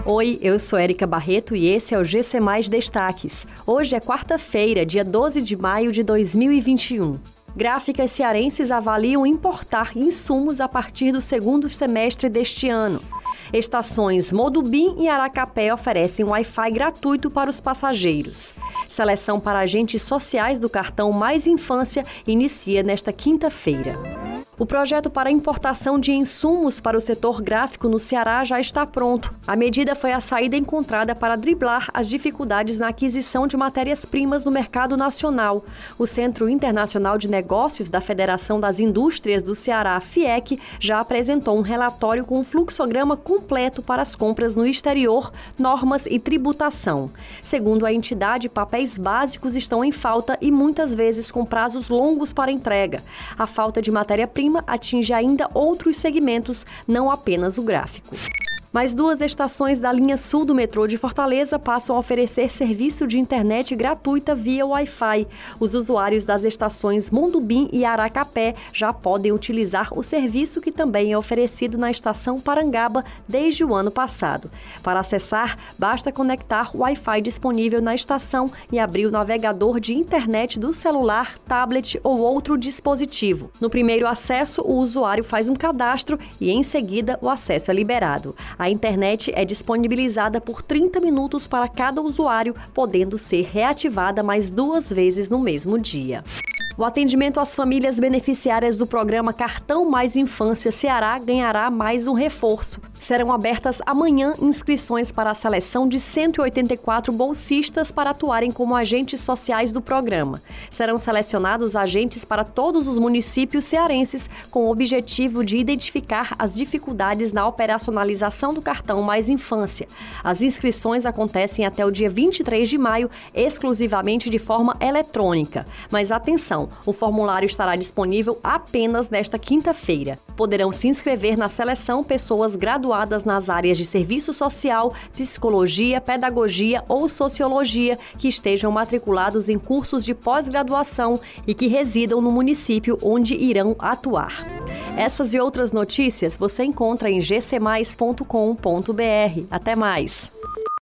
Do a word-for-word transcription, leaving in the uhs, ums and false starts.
Oi, eu sou Érica Barreto e esse é o G C Mais Destaques. Hoje é quarta-feira, dia doze de maio de dois mil e vinte e um. Gráficas cearenses avaliam importar insumos a partir do segundo semestre deste ano. Estações Modubim e Aracapé oferecem Wi-Fi gratuito para os passageiros. Seleção para agentes sociais do cartão Mais Infância inicia nesta quinta-feira. O projeto para importação de insumos para o setor gráfico no Ceará já está pronto. A medida foi a saída encontrada para driblar as dificuldades na aquisição de matérias-primas no mercado nacional. O Centro Internacional de Negócios da Federação das Indústrias do Ceará, FIEC, já apresentou um relatório com um fluxograma completo para as compras no exterior, normas e tributação. Segundo a entidade, papéis básicos estão em falta e muitas vezes com prazos longos para entrega. A falta de matéria-prima atinge ainda outros segmentos, não apenas o gráfico. Mais duas estações da linha sul do metrô de Fortaleza passam a oferecer serviço de internet gratuita via Wi-Fi. Os usuários das estações Mondubim e Aracapé já podem utilizar o serviço que também é oferecido na estação Parangaba desde o ano passado. Para acessar, basta conectar o Wi-Fi disponível na estação e abrir o navegador de internet do celular, tablet ou outro dispositivo. No primeiro acesso, o usuário faz um cadastro e, em seguida, o acesso é liberado. A internet é disponibilizada por trinta minutos para cada usuário, podendo ser reativada mais duas vezes no mesmo dia. O atendimento às famílias beneficiárias do programa Cartão Mais Infância Ceará ganhará mais um reforço. Serão abertas amanhã inscrições para a seleção de cento e oitenta e quatro bolsistas para atuarem como agentes sociais do programa. Serão selecionados agentes para todos os municípios cearenses com o objetivo de identificar as dificuldades na operacionalização do Cartão Mais Infância. As inscrições acontecem até o dia vinte e três de maio, exclusivamente de forma eletrônica. Mas atenção! O formulário estará disponível apenas nesta quinta-feira. Poderão se inscrever na seleção pessoas graduadas nas áreas de serviço social, psicologia, pedagogia ou sociologia que estejam matriculados em cursos de pós-graduação e que residam no município onde irão atuar. Essas e outras notícias você encontra em g c mais ponto com ponto b r. Até mais!